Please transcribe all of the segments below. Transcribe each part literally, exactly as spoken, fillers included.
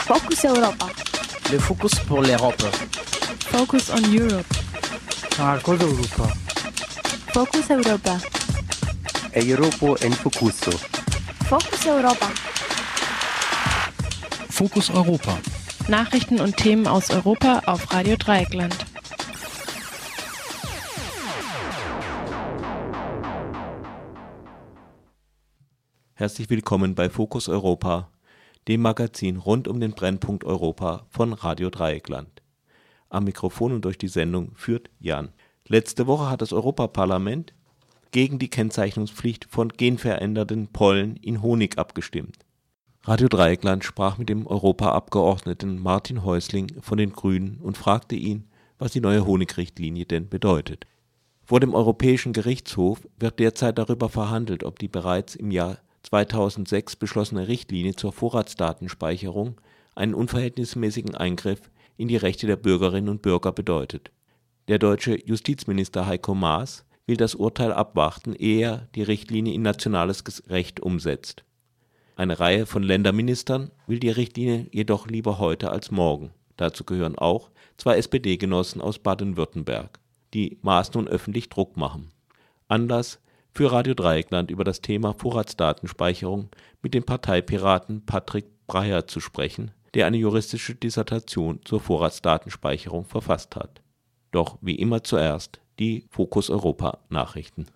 Focus Europa. Le Focus pour l'Europe. Focus on Europe. Focus Europa. Focus Europa. Europa en Focuso. Focus Europa. Focus Europa. Nachrichten und Themen aus Europa auf Radio Dreieckland. Herzlich willkommen bei Focus Europa, dem Magazin rund um den Brennpunkt Europa von Radio Dreieckland. Am Mikrofon und durch die Sendung führt Jan. Letzte Woche hat das Europaparlament gegen die Kennzeichnungspflicht von genveränderten Pollen in Honig abgestimmt. Radio Dreieckland sprach mit dem Europaabgeordneten Martin Häusling von den Grünen und fragte ihn, was die neue Honigrichtlinie denn bedeutet. Vor dem Europäischen Gerichtshof wird derzeit darüber verhandelt, ob die bereits im Jahr zweitausendsechs beschlossene Richtlinie zur Vorratsdatenspeicherung einen unverhältnismäßigen Eingriff in die Rechte der Bürgerinnen und Bürger bedeutet. Der deutsche Justizminister Heiko Maas will das Urteil abwarten, ehe er die Richtlinie in nationales Recht umsetzt. Eine Reihe von Länderministern will die Richtlinie jedoch lieber heute als morgen. Dazu gehören auch zwei S P D-Genossen aus Baden-Württemberg, die Maas nun öffentlich Druck machen. Anlass für Radio Dreieckland über das Thema Vorratsdatenspeicherung mit dem Parteipiraten Patrick Breyer zu sprechen, der eine juristische Dissertation zur Vorratsdatenspeicherung verfasst hat. Doch wie immer zuerst die Focus Europa Nachrichten.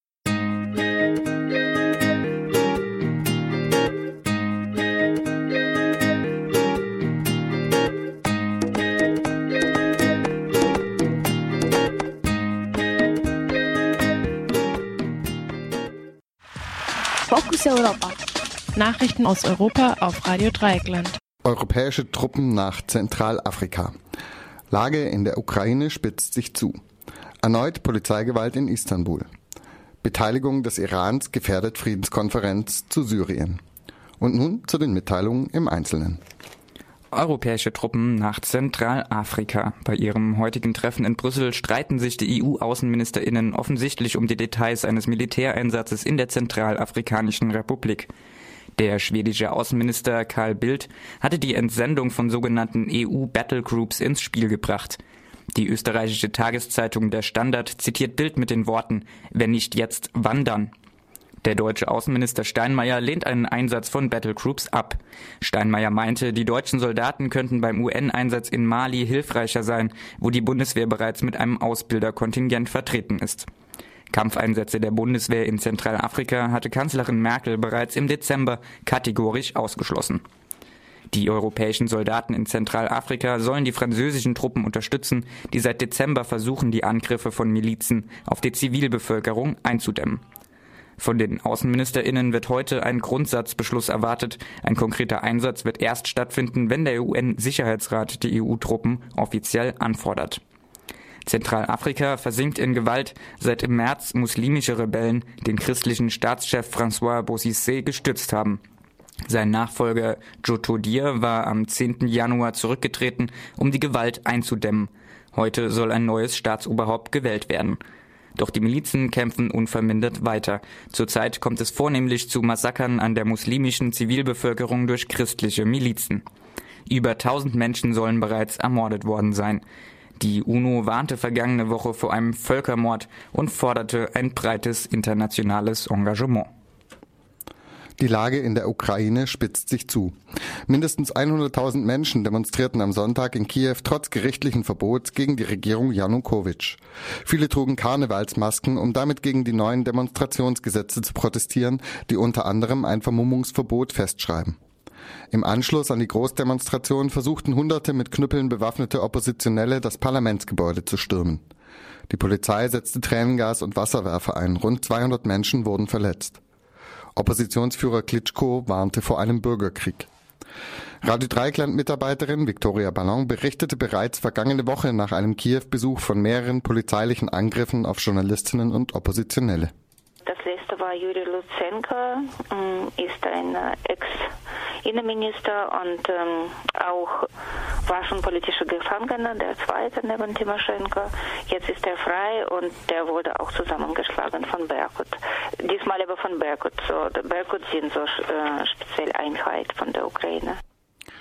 Focus Europa. Nachrichten aus Europa auf Radio Dreieckland. Europäische Truppen nach Zentralafrika. Lage in der Ukraine spitzt sich zu. Erneut Polizeigewalt in Istanbul. Beteiligung des Irans gefährdet Friedenskonferenz zu Syrien. Und nun zu den Mitteilungen im Einzelnen. Europäische Truppen nach Zentralafrika. Bei ihrem heutigen Treffen in Brüssel streiten sich die E U-AußenministerInnen offensichtlich um die Details eines Militäreinsatzes in der Zentralafrikanischen Republik. Der schwedische Außenminister Carl Bildt hatte die Entsendung von sogenannten E U-Battlegroups ins Spiel gebracht. Die österreichische Tageszeitung Der Standard zitiert Bildt mit den Worten: „Wenn nicht jetzt, wann dann?" Der deutsche Außenminister Steinmeier lehnt einen Einsatz von Battlegroups ab. Steinmeier meinte, die deutschen Soldaten könnten beim U N-Einsatz in Mali hilfreicher sein, wo die Bundeswehr bereits mit einem Ausbilderkontingent vertreten ist. Kampfeinsätze der Bundeswehr in Zentralafrika hatte Kanzlerin Merkel bereits im Dezember kategorisch ausgeschlossen. Die europäischen Soldaten in Zentralafrika sollen die französischen Truppen unterstützen, die seit Dezember versuchen, die Angriffe von Milizen auf die Zivilbevölkerung einzudämmen. Von den AußenministerInnen wird heute ein Grundsatzbeschluss erwartet. Ein konkreter Einsatz wird erst stattfinden, wenn der U N-Sicherheitsrat die E U-Truppen offiziell anfordert. Zentralafrika versinkt in Gewalt, seit im März muslimische Rebellen den christlichen Staatschef François Bozizé gestützt haben. Sein Nachfolger Joto Dir war am zehnten Januar zurückgetreten, um die Gewalt einzudämmen. Heute soll ein neues Staatsoberhaupt gewählt werden. Doch die Milizen kämpfen unvermindert weiter. Zurzeit kommt es vornehmlich zu Massakern an der muslimischen Zivilbevölkerung durch christliche Milizen. Über tausend Menschen sollen bereits ermordet worden sein. Die UNO warnte vergangene Woche vor einem Völkermord und forderte ein breites internationales Engagement. Die Lage in der Ukraine spitzt sich zu. Mindestens hunderttausend Menschen demonstrierten am Sonntag in Kiew trotz gerichtlichen Verbots gegen die Regierung Janukowitsch. Viele trugen Karnevalsmasken, um damit gegen die neuen Demonstrationsgesetze zu protestieren, die unter anderem ein Vermummungsverbot festschreiben. Im Anschluss an die Großdemonstration versuchten Hunderte mit Knüppeln bewaffnete Oppositionelle, das Parlamentsgebäude zu stürmen. Die Polizei setzte Tränengas und Wasserwerfer ein. Rund zweihundert Menschen wurden verletzt. Oppositionsführer Klitschko warnte vor einem Bürgerkrieg. Radio Dreieckland-Mitarbeiterin Victoria Ballon berichtete bereits vergangene Woche nach einem Kiew-Besuch von mehreren polizeilichen Angriffen auf Journalistinnen und Oppositionelle. Das letzte war Juri Lutsenko, ist ein Ex-Innenminister und ähm, auch war schon politischer Gefangener, der zweite neben Timoschenko. Jetzt ist er frei und der wurde auch zusammengeschlagen von Berkut. Diesmal aber von Berkut. So, Berkut sind so äh, spezielle Einheit von der Ukraine.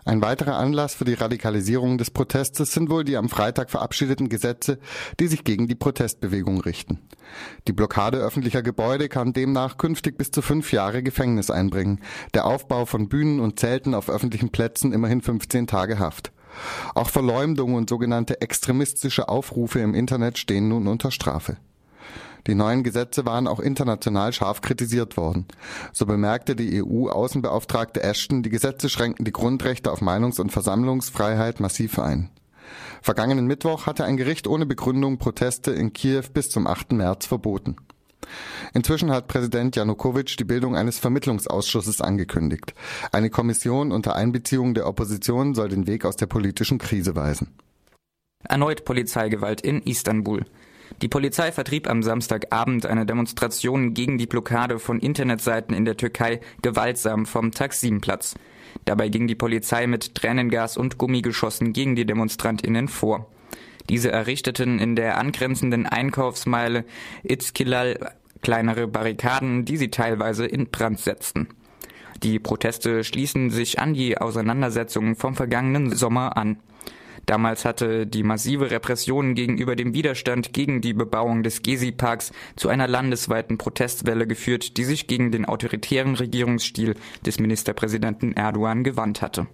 Ein weiterer Anlass für die Radikalisierung des Protestes sind wohl die am Freitag verabschiedeten Gesetze, die sich gegen die Protestbewegung richten. Die Blockade öffentlicher Gebäude kann demnach künftig bis zu fünf Jahre Gefängnis einbringen, der Aufbau von Bühnen und Zelten auf öffentlichen Plätzen immerhin fünfzehn Tage Haft. Auch Verleumdung und sogenannte extremistische Aufrufe im Internet stehen nun unter Strafe. Die neuen Gesetze waren auch international scharf kritisiert worden. So bemerkte die E U-Außenbeauftragte Ashton, die Gesetze schränken die Grundrechte auf Meinungs- und Versammlungsfreiheit massiv ein. Vergangenen Mittwoch hatte ein Gericht ohne Begründung Proteste in Kiew bis zum achten März verboten. Inzwischen hat Präsident Janukowitsch die Bildung eines Vermittlungsausschusses angekündigt. Eine Kommission unter Einbeziehung der Opposition soll den Weg aus der politischen Krise weisen. Erneut Polizeigewalt in Istanbul. Die Polizei vertrieb am Samstagabend eine Demonstration gegen die Blockade von Internetseiten in der Türkei gewaltsam vom Taksimplatz. Dabei ging die Polizei mit Tränengas und Gummigeschossen gegen die DemonstrantInnen vor. Diese errichteten in der angrenzenden Einkaufsmeile Istiklal kleinere Barrikaden, die sie teilweise in Brand setzten. Die Proteste schließen sich an die Auseinandersetzungen vom vergangenen Sommer an. Damals hatte die massive Repression gegenüber dem Widerstand gegen die Bebauung des Gezi-Parks zu einer landesweiten Protestwelle geführt, die sich gegen den autoritären Regierungsstil des Ministerpräsidenten Erdogan gewandt hatte.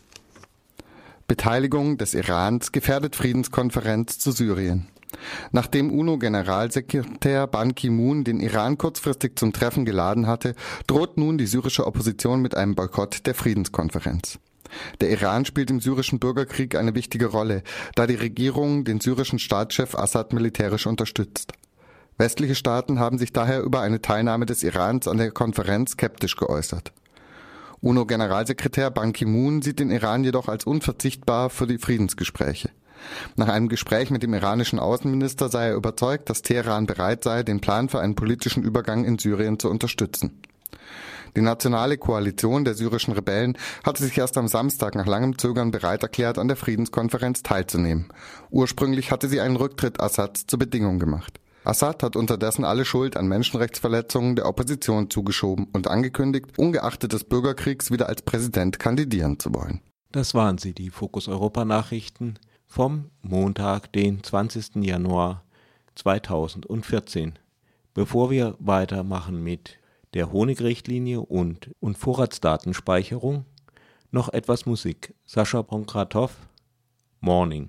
Beteiligung des Irans gefährdet Friedenskonferenz zu Syrien. Nachdem UNO-Generalsekretär Ban Ki-moon den Iran kurzfristig zum Treffen geladen hatte, droht nun die syrische Opposition mit einem Boykott der Friedenskonferenz. Der Iran spielt im syrischen Bürgerkrieg eine wichtige Rolle, da die Regierung den syrischen Staatschef Assad militärisch unterstützt. Westliche Staaten haben sich daher über eine Teilnahme des Irans an der Konferenz skeptisch geäußert. UNO-Generalsekretär Ban Ki-moon sieht den Iran jedoch als unverzichtbar für die Friedensgespräche. Nach einem Gespräch mit dem iranischen Außenminister sei er überzeugt, dass Teheran bereit sei, den Plan für einen politischen Übergang in Syrien zu unterstützen. Die nationale Koalition der syrischen Rebellen hatte sich erst am Samstag nach langem Zögern bereit erklärt, an der Friedenskonferenz teilzunehmen. Ursprünglich hatte sie einen Rücktritt Assads zur Bedingung gemacht. Assad hat unterdessen alle Schuld an Menschenrechtsverletzungen der Opposition zugeschoben und angekündigt, ungeachtet des Bürgerkriegs wieder als Präsident kandidieren zu wollen. Das waren sie, die Fokus Europa Nachrichten vom Montag, den zwanzigsten Januar zweitausendvierzehn. Bevor wir weitermachen mit der Honigrichtlinie und, und Vorratsdatenspeicherung, noch etwas Musik. Sascha Ponkratow, Morning.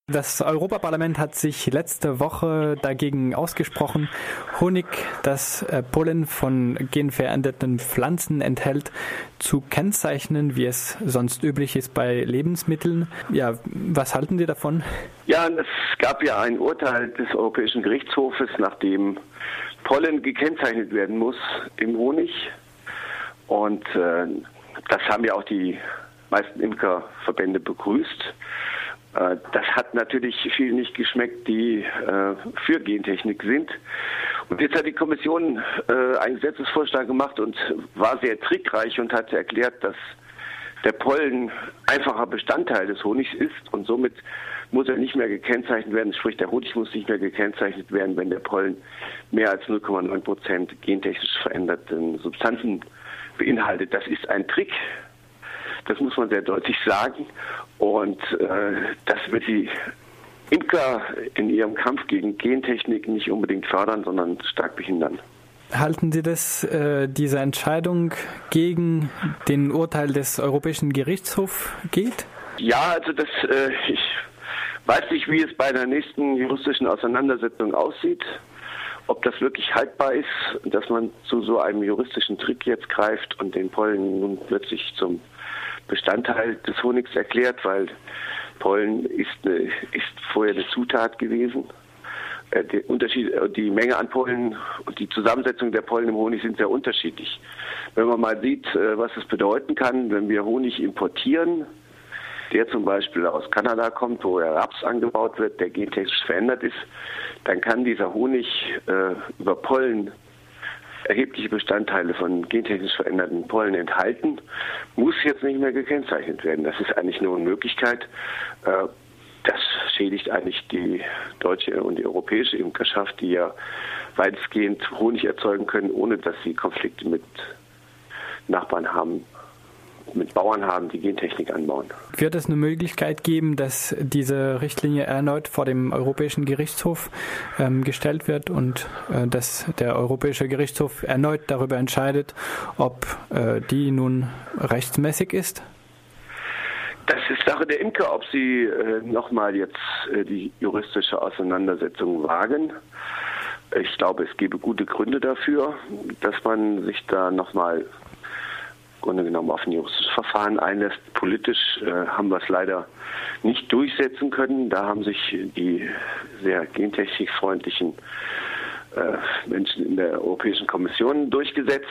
Das Europaparlament hat sich letzte Woche dagegen ausgesprochen, Honig, das Pollen von genveränderten Pflanzen enthält, zu kennzeichnen, wie es sonst üblich ist bei Lebensmitteln. Ja, was halten Sie davon? Ja, es gab ja ein Urteil des Europäischen Gerichtshofes, nachdem Pollen gekennzeichnet werden muss im Honig. Und äh, das haben ja auch die meisten Imkerverbände begrüßt. Das hat natürlich vielen nicht geschmeckt, die äh, für Gentechnik sind. Und jetzt hat die Kommission äh, einen Gesetzesvorschlag gemacht und war sehr trickreich und hat erklärt, dass der Pollen einfacher Bestandteil des Honigs ist und somit muss er nicht mehr gekennzeichnet werden, sprich der Honig muss nicht mehr gekennzeichnet werden, wenn der Pollen mehr als null Komma neun Prozent gentechnisch veränderten Substanzen beinhaltet. Das ist ein Trick. Das muss man sehr deutlich sagen. Und äh, das wird die Imker in ihrem Kampf gegen Gentechnik nicht unbedingt fördern, sondern stark behindern. Halten Sie das, äh, diese Entscheidung gegen den Urteil des Europäischen Gerichtshofs geht? Ja, also das, äh, ich weiß nicht, wie es bei der nächsten juristischen Auseinandersetzung aussieht. Ob das wirklich haltbar ist, dass man zu so einem juristischen Trick jetzt greift und den Pollen nun plötzlich zum Bestandteil des Honigs erklärt, weil Pollen ist, eine, ist vorher eine Zutat gewesen. Äh, der Unterschied, die Menge an Pollen und die Zusammensetzung der Pollen im Honig sind sehr unterschiedlich. Wenn man mal sieht, äh, was es bedeuten kann, wenn wir Honig importieren, der zum Beispiel aus Kanada kommt, wo der Raps angebaut wird, der gentechnisch verändert ist, dann kann dieser Honig äh, über Pollen erhebliche Bestandteile von gentechnisch veränderten Pollen enthalten, muss jetzt nicht mehr gekennzeichnet werden. Das ist eigentlich nur eine Möglichkeit. Das schädigt eigentlich die deutsche und die europäische Imkerschaft, die ja weitestgehend Honig erzeugen können, ohne dass sie Konflikte mit Nachbarn haben, mit Bauern haben, die Gentechnik anbauen. Wird es eine Möglichkeit geben, dass diese Richtlinie erneut vor dem Europäischen Gerichtshof ähm, gestellt wird und äh, dass der Europäische Gerichtshof erneut darüber entscheidet, ob äh, die nun rechtsmäßig ist? Das ist Sache der Imker, ob sie äh, nochmal jetzt äh, die juristische Auseinandersetzung wagen. Ich glaube, es gäbe gute Gründe dafür, dass man sich da nochmal im Grunde genommen auf ein juristisches Verfahren einlässt. Politisch äh, haben wir es leider nicht durchsetzen können. Da haben sich die sehr gentechnikfreundlichen äh, Menschen in der Europäischen Kommission durchgesetzt.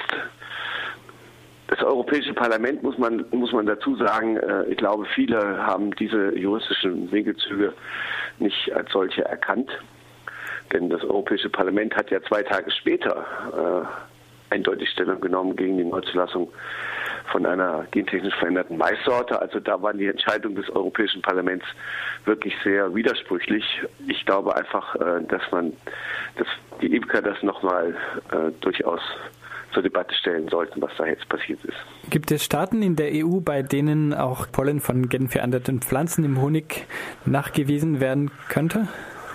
Das Europäische Parlament, muss man, muss man dazu sagen, äh, ich glaube, viele haben diese juristischen Winkelzüge nicht als solche erkannt. Denn das Europäische Parlament hat ja zwei Tage später äh, eindeutig Stellung genommen gegen die Neuzulassung von einer gentechnisch veränderten Maissorte. Also da waren die Entscheidungen des Europäischen Parlaments wirklich sehr widersprüchlich. Ich glaube einfach, äh, dass man, dass die Imker das nochmal äh, durchaus zur Debatte stellen sollten, was da jetzt passiert ist. Gibt es Staaten in der E U, bei denen auch Pollen von genveränderten Pflanzen im Honig nachgewiesen werden könnte?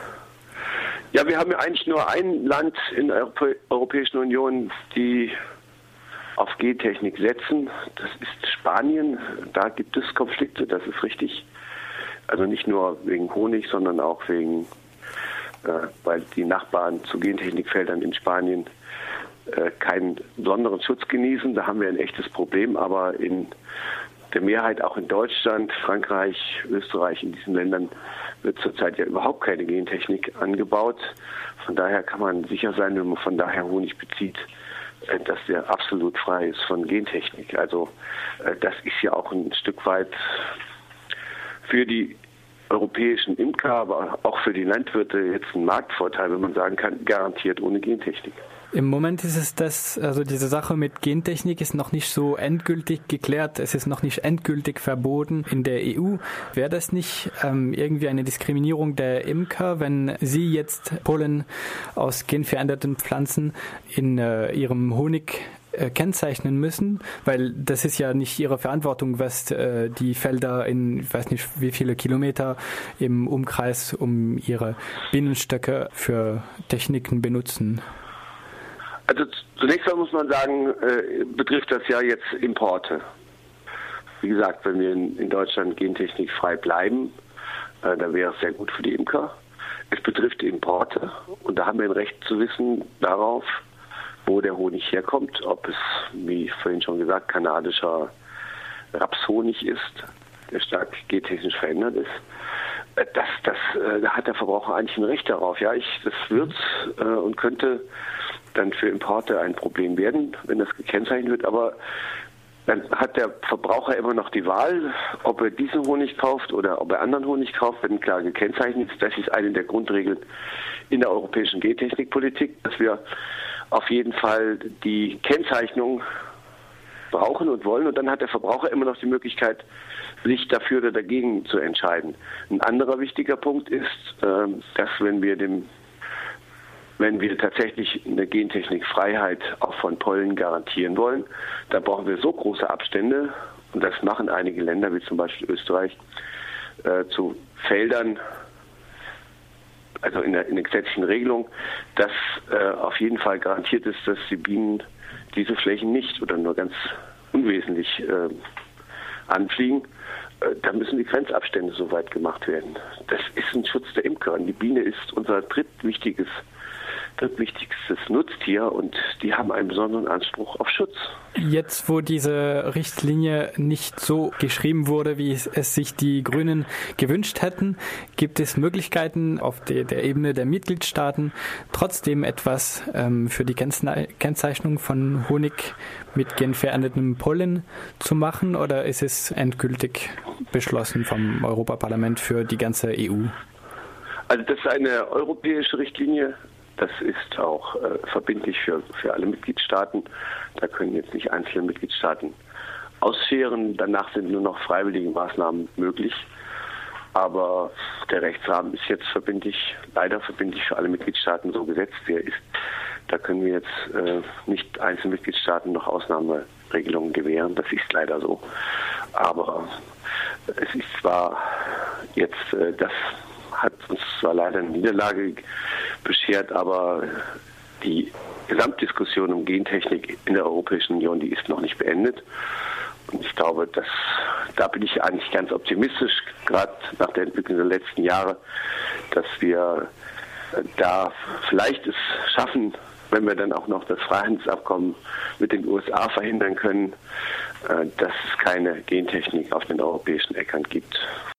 Ja, wir haben ja eigentlich nur ein Land in der Europäischen Union, die auf Gentechnik setzen. Das ist Spanien. Da gibt es Konflikte, das ist richtig. Also nicht nur wegen Honig, sondern auch wegen, äh, weil die Nachbarn zu Gentechnikfeldern in Spanien äh, keinen besonderen Schutz genießen. Da haben wir ein echtes Problem, aber in der Mehrheit auch in Deutschland, Frankreich, Österreich, in diesen Ländern wird zurzeit ja überhaupt keine Gentechnik angebaut. Von daher kann man sicher sein, wenn man von daher Honig bezieht, dass der absolut frei ist von Gentechnik. Also das ist ja auch ein Stück weit für die europäischen Imker, aber auch für die Landwirte jetzt ein Marktvorteil, wenn man sagen kann, garantiert ohne Gentechnik. Im Moment ist es das, also diese Sache mit Gentechnik ist noch nicht so endgültig geklärt. Es ist noch nicht endgültig verboten in der E U. Wäre das nicht ähm, irgendwie eine Diskriminierung der Imker, wenn sie jetzt Pollen aus genveränderten Pflanzen in äh, ihrem Honig äh, kennzeichnen müssen? Weil das ist ja nicht ihre Verantwortung, was äh, die Felder in, ich weiß nicht wie viele Kilometer im Umkreis um ihre Bienenstöcke für Techniken benutzen. Also zunächst mal muss man sagen, äh, betrifft das ja jetzt Importe. Wie gesagt, wenn wir in, in Deutschland gentechnikfrei bleiben, Äh, da wäre es sehr gut für die Imker. Es betrifft die Importe und da haben wir ein Recht zu wissen darauf, wo der Honig herkommt, ob es, wie vorhin schon gesagt, kanadischer Rapshonig ist, der stark gentechnisch verändert ist. Das, das, da hat der Verbraucher eigentlich ein Recht darauf. Ja, ich, das wird äh, und könnte dann für Importe ein Problem werden, wenn das gekennzeichnet wird. Aber dann hat der Verbraucher immer noch die Wahl, ob er diesen Honig kauft oder ob er anderen Honig kauft, wenn klar gekennzeichnet ist. Das ist eine der Grundregeln in der europäischen Gentechnikpolitik, dass wir auf jeden Fall die Kennzeichnung brauchen und wollen. Und dann hat der Verbraucher immer noch die Möglichkeit, sich dafür oder dagegen zu entscheiden. Ein anderer wichtiger Punkt ist, dass wenn wir dem, wenn wir tatsächlich eine Gentechnikfreiheit auch von Pollen garantieren wollen, dann brauchen wir so große Abstände, und das machen einige Länder, wie zum Beispiel Österreich, zu Feldern, also in der, in der gesetzlichen Regelung, dass auf jeden Fall garantiert ist, dass die Bienen diese Flächen nicht oder nur ganz unwesentlich äh, anfliegen, äh, da müssen die Grenzabstände so weit gemacht werden. Das ist ein Schutz der Imker. Und die Biene ist unser drittwichtiges, drittwichtigstes Nutztier und die haben einen besonderen Anspruch auf Schutz. Jetzt, wo diese Richtlinie nicht so geschrieben wurde, wie es, es sich die Grünen gewünscht hätten, gibt es Möglichkeiten auf der, der Ebene der Mitgliedstaaten trotzdem etwas ähm, für die Kennzei- Kennzeichnung von Honig mit genverändertem Pollen zu machen, oder ist es endgültig beschlossen vom Europaparlament für die ganze E U? Also das ist eine europäische Richtlinie. Das ist auch äh, verbindlich für, für alle Mitgliedstaaten. Da können jetzt nicht einzelne Mitgliedstaaten ausscheren. Danach sind nur noch freiwillige Maßnahmen möglich. Aber der Rechtsrahmen ist jetzt verbindlich, leider verbindlich für alle Mitgliedstaaten so gesetzt, wie er ist. Da können wir jetzt äh, nicht einzelnen Mitgliedstaaten noch Ausnahmeregelungen gewähren. Das ist leider so. Aber es ist zwar jetzt, äh, das hat uns zwar leider eine Niederlage beschert, aber die Gesamtdiskussion um Gentechnik in der Europäischen Union, die ist noch nicht beendet. Und ich glaube, dass, da bin ich eigentlich ganz optimistisch, gerade nach der Entwicklung der letzten Jahre, dass wir da vielleicht es schaffen, wenn wir dann auch noch das Freihandelsabkommen mit den U S A verhindern können, dass es keine Gentechnik auf den europäischen Äckern gibt.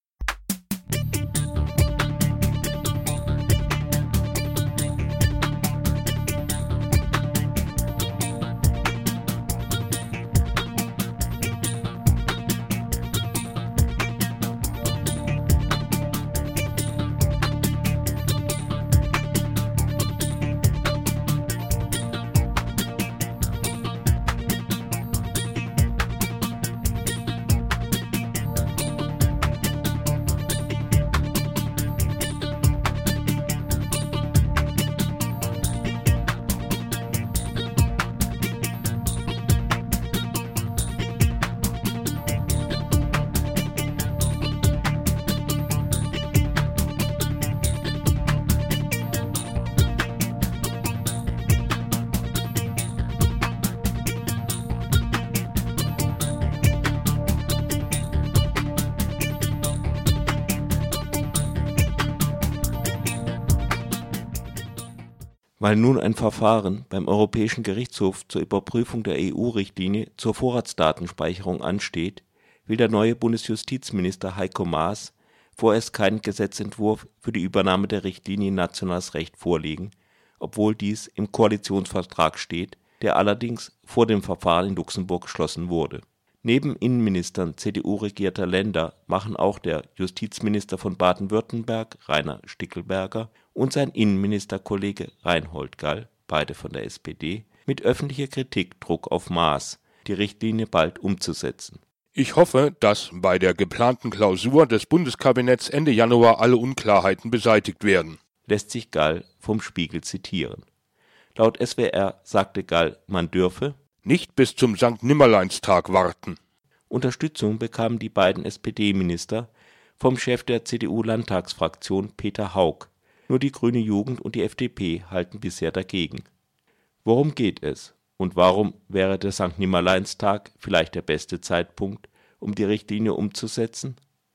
Weil nun ein Verfahren beim Europäischen Gerichtshof zur Überprüfung der E U-Richtlinie zur Vorratsdatenspeicherung ansteht, will der neue Bundesjustizminister Heiko Maas vorerst keinen Gesetzentwurf für die Übernahme der Richtlinie in nationales Recht vorlegen, obwohl dies im Koalitionsvertrag steht, der allerdings vor dem Verfahren in Luxemburg geschlossen wurde. Neben Innenministern C D U-regierter Länder machen auch der Justizminister von Baden-Württemberg, Rainer Stickelberger, und sein Innenministerkollege Reinhold Gall, beide von der S P D, mit öffentlicher Kritik Druck auf Maas, die Richtlinie bald umzusetzen. Ich hoffe, dass bei der geplanten Klausur des Bundeskabinetts Ende Januar alle Unklarheiten beseitigt werden, lässt sich Gall vom Spiegel zitieren. Laut S W R sagte Gall, man dürfe nicht bis zum Sankt Nimmerleinstag warten. Unterstützung bekamen die beiden S P D-Minister vom Chef der C D U-Landtagsfraktion Peter Haug. Nur die Grüne Jugend und die F D P halten bisher dagegen. Worum geht es? Und warum wäre der Sankt Nimmerleinstag vielleicht der beste Zeitpunkt, um die Richtlinie umzusetzen?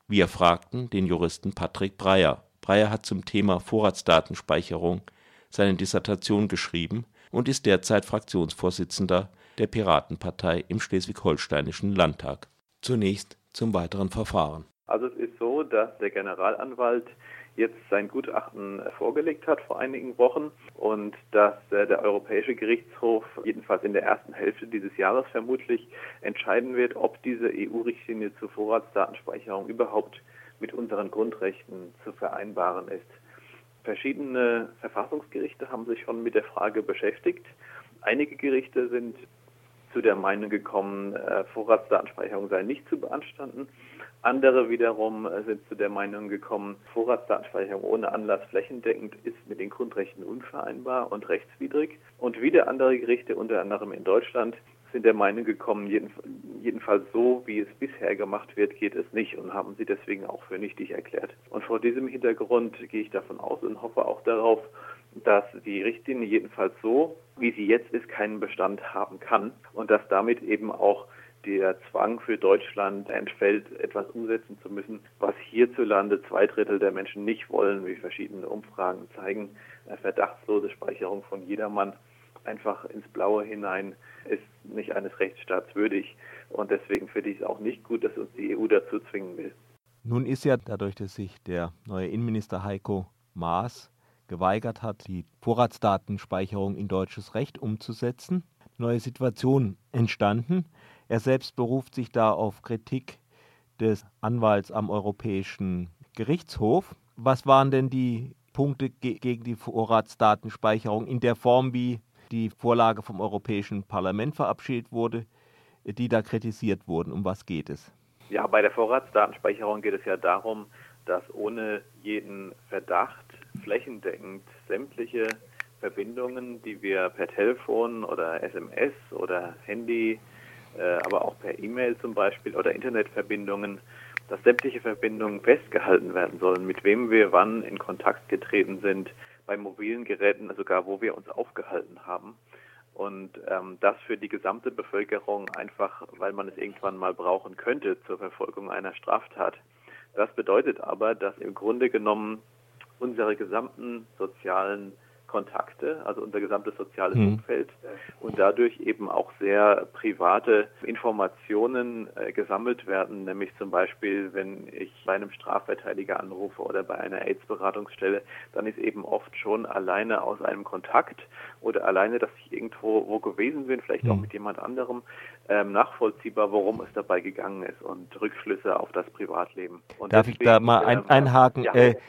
Wir fragten den Juristen Patrick Breyer. Breyer hat zum Thema Vorratsdatenspeicherung seine Dissertation geschrieben und ist derzeit Fraktionsvorsitzender der Piratenpartei im Schleswig-Holsteinischen Landtag. Zunächst zum weiteren Verfahren. Also es ist so, dass der Generalanwalt jetzt sein Gutachten vorgelegt hat vor einigen Wochen und dass der Europäische Gerichtshof jedenfalls in der ersten Hälfte dieses Jahres vermutlich entscheiden wird, ob diese E U-Richtlinie zur Vorratsdatenspeicherung überhaupt mit unseren Grundrechten zu vereinbaren ist. Verschiedene Verfassungsgerichte haben sich schon mit der Frage beschäftigt. Einige Gerichte sind zu der Meinung gekommen, Vorratsdatenspeicherung sei nicht zu beanstanden. Andere wiederum sind zu der Meinung gekommen, Vorratsdatenspeicherung ohne Anlass flächendeckend ist mit den Grundrechten unvereinbar und rechtswidrig. Und wieder andere Gerichte, unter anderem in Deutschland, sind der Meinung gekommen, jedenfalls so, wie es bisher gemacht wird, geht es nicht und haben sie deswegen auch für nichtig erklärt. Und vor diesem Hintergrund gehe ich davon aus und hoffe auch darauf, dass die Richtlinie jedenfalls so, wie sie jetzt ist, keinen Bestand haben kann und dass damit eben auch der Zwang für Deutschland entfällt, etwas umsetzen zu müssen, was hierzulande zwei Drittel der Menschen nicht wollen, wie verschiedene Umfragen zeigen. Eine verdachtslose Speicherung von jedermann einfach ins Blaue hinein ist nicht eines Rechtsstaats würdig. Und deswegen finde ich es auch nicht gut, dass uns die E U dazu zwingen will. Nun ist ja dadurch, dass sich der neue Innenminister Heiko Maas geweigert hat, die Vorratsdatenspeicherung in deutsches Recht umzusetzen, neue Situation entstanden. Er selbst beruft sich da auf Kritik des Anwalts am Europäischen Gerichtshof. Was waren denn die Punkte ge- gegen die Vorratsdatenspeicherung in der Form, wie die Vorlage vom Europäischen Parlament verabschiedet wurde, die da kritisiert wurden? Um was geht es? Ja, bei der Vorratsdatenspeicherung geht es ja darum, dass ohne jeden Verdacht flächendeckend sämtliche Verbindungen, die wir per Telefon oder S M S oder Handy, äh, aber auch per E-Mail zum Beispiel oder Internetverbindungen, dass sämtliche Verbindungen festgehalten werden sollen, mit wem wir wann in Kontakt getreten sind, bei mobilen Geräten, sogar wo wir uns aufgehalten haben. Und ähm, das für die gesamte Bevölkerung einfach, weil man es irgendwann mal brauchen könnte zur Verfolgung einer Straftat. Das bedeutet aber, dass im Grunde genommen unsere gesamten sozialen Kontakte, also unser gesamtes soziales mhm. Umfeld und dadurch eben auch sehr private Informationen äh, gesammelt werden, nämlich zum Beispiel, wenn ich bei einem Strafverteidiger anrufe oder bei einer AIDS-Beratungsstelle, dann ist eben oft schon alleine aus einem Kontakt oder alleine, dass ich irgendwo wo gewesen bin, vielleicht mhm. auch mit jemand anderem, ähm, nachvollziehbar, worum es dabei gegangen ist und Rückschlüsse auf das Privatleben. Und Darf deswegen, ich da mal ein, einhaken? Ja. Äh,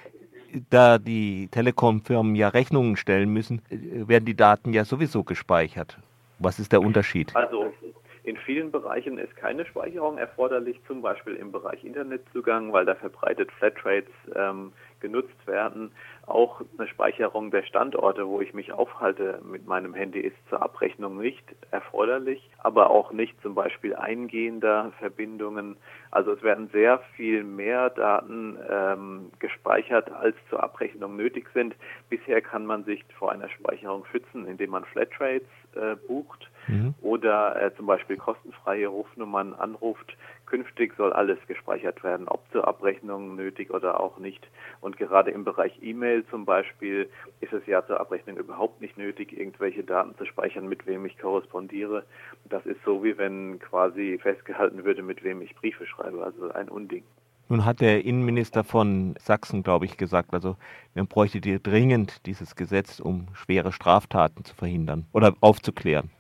Da die Telekom-Firmen ja Rechnungen stellen müssen, werden die Daten ja sowieso gespeichert. Was ist der Unterschied? Also in vielen Bereichen ist keine Speicherung erforderlich, zum Beispiel im Bereich Internetzugang, weil da verbreitet Flatrates ähm, genutzt werden. Auch eine Speicherung der Standorte, wo ich mich aufhalte mit meinem Handy, ist zur Abrechnung nicht erforderlich, aber auch nicht zum Beispiel eingehender Verbindungen. Also es werden sehr viel mehr Daten ähm, gespeichert, als zur Abrechnung nötig sind. Bisher kann man sich vor einer Speicherung schützen, indem man Flatrates äh, bucht mhm. oder äh, zum Beispiel kostenfreie Rufnummern anruft. Künftig soll alles gespeichert werden, ob zur Abrechnung nötig oder auch nicht. Und gerade im Bereich E-Mail zum Beispiel ist es ja zur Abrechnung überhaupt nicht nötig, irgendwelche Daten zu speichern, mit wem ich korrespondiere. Das ist so, wie wenn quasi festgehalten würde, mit wem ich Briefe schreibe, also ein Unding. Nun hat der Innenminister von Sachsen, glaube ich, gesagt, also man bräuchte dir dringend dieses Gesetz, um schwere Straftaten zu verhindern oder aufzuklären.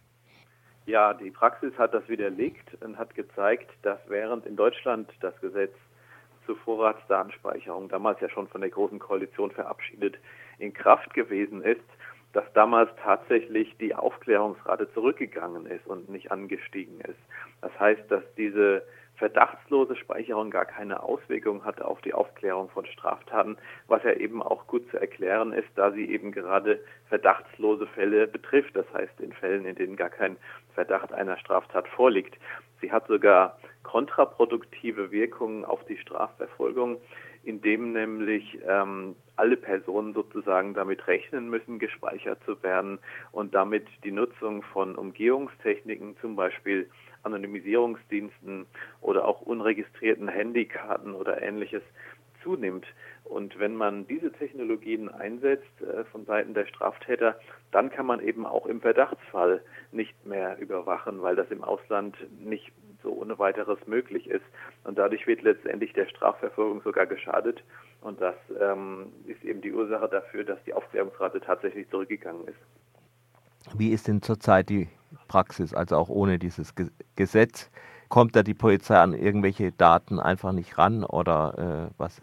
Ja, die Praxis hat das widerlegt und hat gezeigt, dass während in Deutschland das Gesetz zur Vorratsdatenspeicherung, damals ja schon von der Großen Koalition verabschiedet, in Kraft gewesen ist, dass damals tatsächlich die Aufklärungsrate zurückgegangen ist und nicht angestiegen ist. Das heißt, dass diese verdachtslose Speicherung gar keine Auswirkung hat auf die Aufklärung von Straftaten, was ja eben auch gut zu erklären ist, da sie eben gerade verdachtslose Fälle betrifft. Das heißt, in Fällen, in denen gar kein Verdacht einer Straftat vorliegt. Sie hat sogar kontraproduktive Wirkungen auf die Strafverfolgung, indem nämlich ähm, alle Personen sozusagen damit rechnen müssen, gespeichert zu werden und damit die Nutzung von Umgehungstechniken, zum Beispiel Anonymisierungsdiensten oder auch unregistrierten Handykarten oder Ähnliches zunimmt. Und wenn man diese Technologien einsetzt äh, von Seiten der Straftäter, dann kann man eben auch im Verdachtsfall nicht mehr überwachen, weil das im Ausland nicht so ohne weiteres möglich ist. Und dadurch wird letztendlich der Strafverfolgung sogar geschadet. Und das ähm, ist eben die Ursache dafür, dass die Aufklärungsrate tatsächlich zurückgegangen ist. Wie ist denn zurzeit die Praxis, also auch ohne dieses Ge- Gesetz? Kommt da die Polizei an irgendwelche Daten einfach nicht ran oder äh, was?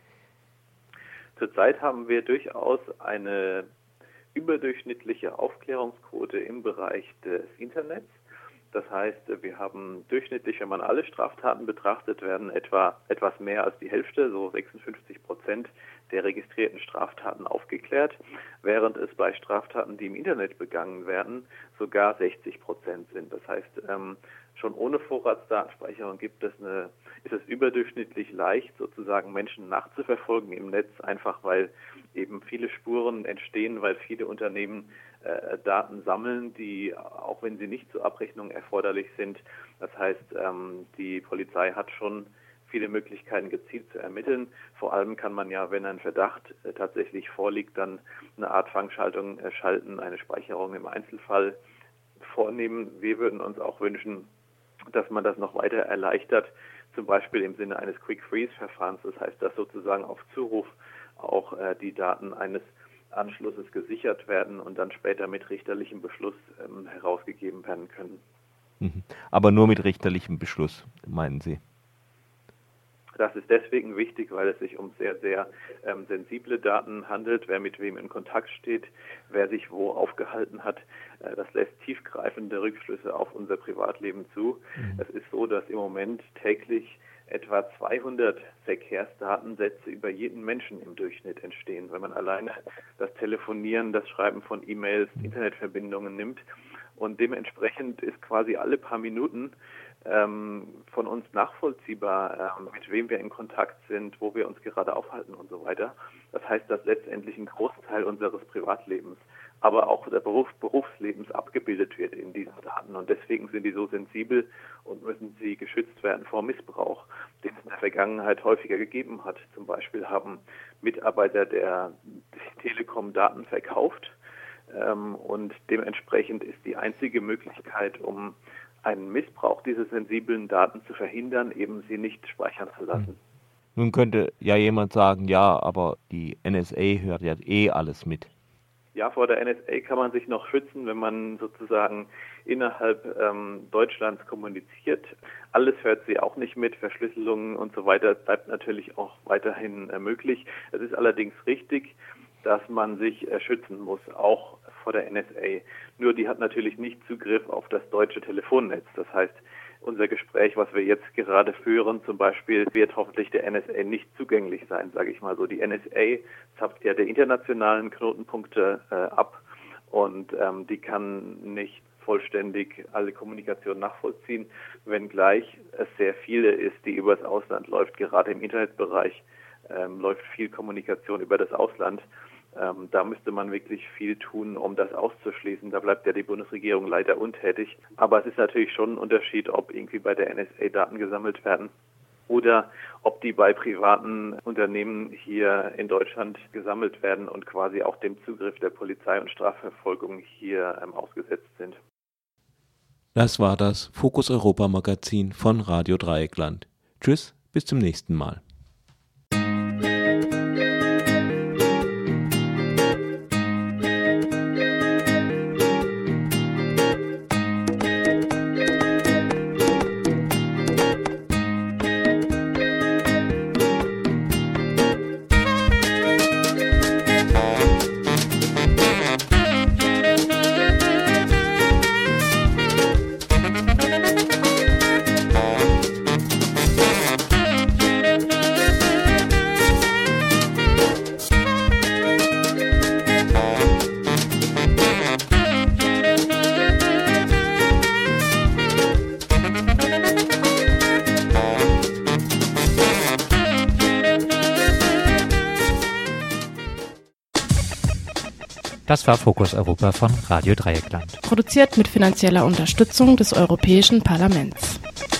Zurzeit haben wir durchaus eine überdurchschnittliche Aufklärungsquote im Bereich des Internets. Das heißt, wir haben durchschnittlich, wenn man alle Straftaten betrachtet, werden etwa etwas mehr als die Hälfte, so sechsundfünfzig Prozent der registrierten Straftaten aufgeklärt, während es bei Straftaten, die im Internet begangen werden, sogar sechzig Prozent sind. Das heißt, ähm, schon ohne Vorratsdatenspeicherung gibt es eine, ist es überdurchschnittlich leicht, sozusagen Menschen nachzuverfolgen im Netz, einfach weil eben viele Spuren entstehen, weil viele Unternehmen äh, Daten sammeln, die, auch wenn sie nicht zur Abrechnung erforderlich sind, das heißt, ähm, die Polizei hat schon viele Möglichkeiten, gezielt zu ermitteln. Vor allem kann man ja, wenn ein Verdacht äh, tatsächlich vorliegt, dann eine Art Fangschaltung äh, schalten, eine Speicherung im Einzelfall vornehmen. Wir würden uns auch wünschen, dass man das noch weiter erleichtert, zum Beispiel im Sinne eines Quick-Freeze-Verfahrens. Das heißt, dass sozusagen auf Zuruf auch äh, die Daten eines Anschlusses gesichert werden und dann später mit richterlichem Beschluss ähm, herausgegeben werden können. Aber nur mit richterlichem Beschluss, meinen Sie? Das ist deswegen wichtig, weil es sich um sehr, sehr ähm, sensible Daten handelt, wer mit wem in Kontakt steht, wer sich wo aufgehalten hat. Äh, das lässt tiefgreifende Rückschlüsse auf unser Privatleben zu. Mhm. Es ist so, dass im Moment täglich etwa zweihundert Verkehrsdatensätze über jeden Menschen im Durchschnitt entstehen. Wenn man alleine das Telefonieren, das Schreiben von E-Mails, Internetverbindungen nimmt. Und dementsprechend ist quasi alle paar Minuten ähm, von uns nachvollziehbar, ähm, mit wem wir in Kontakt sind, wo wir uns gerade aufhalten und so weiter. Das heißt, dass letztendlich ein Großteil unseres Privatlebens, aber auch der Beruf, Berufslebens abgebildet wird in diesen Daten. Und deswegen sind die so sensibel und müssen sie geschützt werden vor Missbrauch, den es in der Vergangenheit häufiger gegeben hat. Zum Beispiel haben Mitarbeiter der Telekom Daten verkauft. Ähm, und dementsprechend ist die einzige Möglichkeit, um einen Missbrauch dieser sensiblen Daten zu verhindern, eben sie nicht speichern zu lassen. Nun könnte ja jemand sagen, ja, aber die N S A hört ja eh alles mit. Ja, vor der N S A kann man sich noch schützen, wenn man sozusagen innerhalb ähm, Deutschlands kommuniziert. Alles hört sie auch nicht mit, Verschlüsselungen und so weiter bleibt natürlich auch weiterhin äh, möglich. Es ist allerdings richtig, dass man sich äh, schützen muss, auch vor der N S A. Nur die hat natürlich nicht Zugriff auf das deutsche Telefonnetz. Das heißt, unser Gespräch, was wir jetzt gerade führen, zum Beispiel, wird hoffentlich der N S A nicht zugänglich sein, sage ich mal so. Die N S A zapft ja der internationalen Knotenpunkte äh, ab und ähm, die kann nicht vollständig alle Kommunikation nachvollziehen, wenngleich es sehr viele ist, die übers Ausland läuft. Gerade im Internetbereich ähm, läuft viel Kommunikation über das Ausland. Ähm, da müsste man wirklich viel tun, um das auszuschließen. Da bleibt ja die Bundesregierung leider untätig. Aber es ist natürlich schon ein Unterschied, ob irgendwie bei der N S A Daten gesammelt werden oder ob die bei privaten Unternehmen hier in Deutschland gesammelt werden und quasi auch dem Zugriff der Polizei und Strafverfolgung hier ähm, ausgesetzt sind. Das war das Fokus Europa Magazin von Radio Dreieckland. Tschüss, bis zum nächsten Mal. Das war Fokus Europa von Radio Dreieckland. Produziert mit finanzieller Unterstützung des Europäischen Parlaments.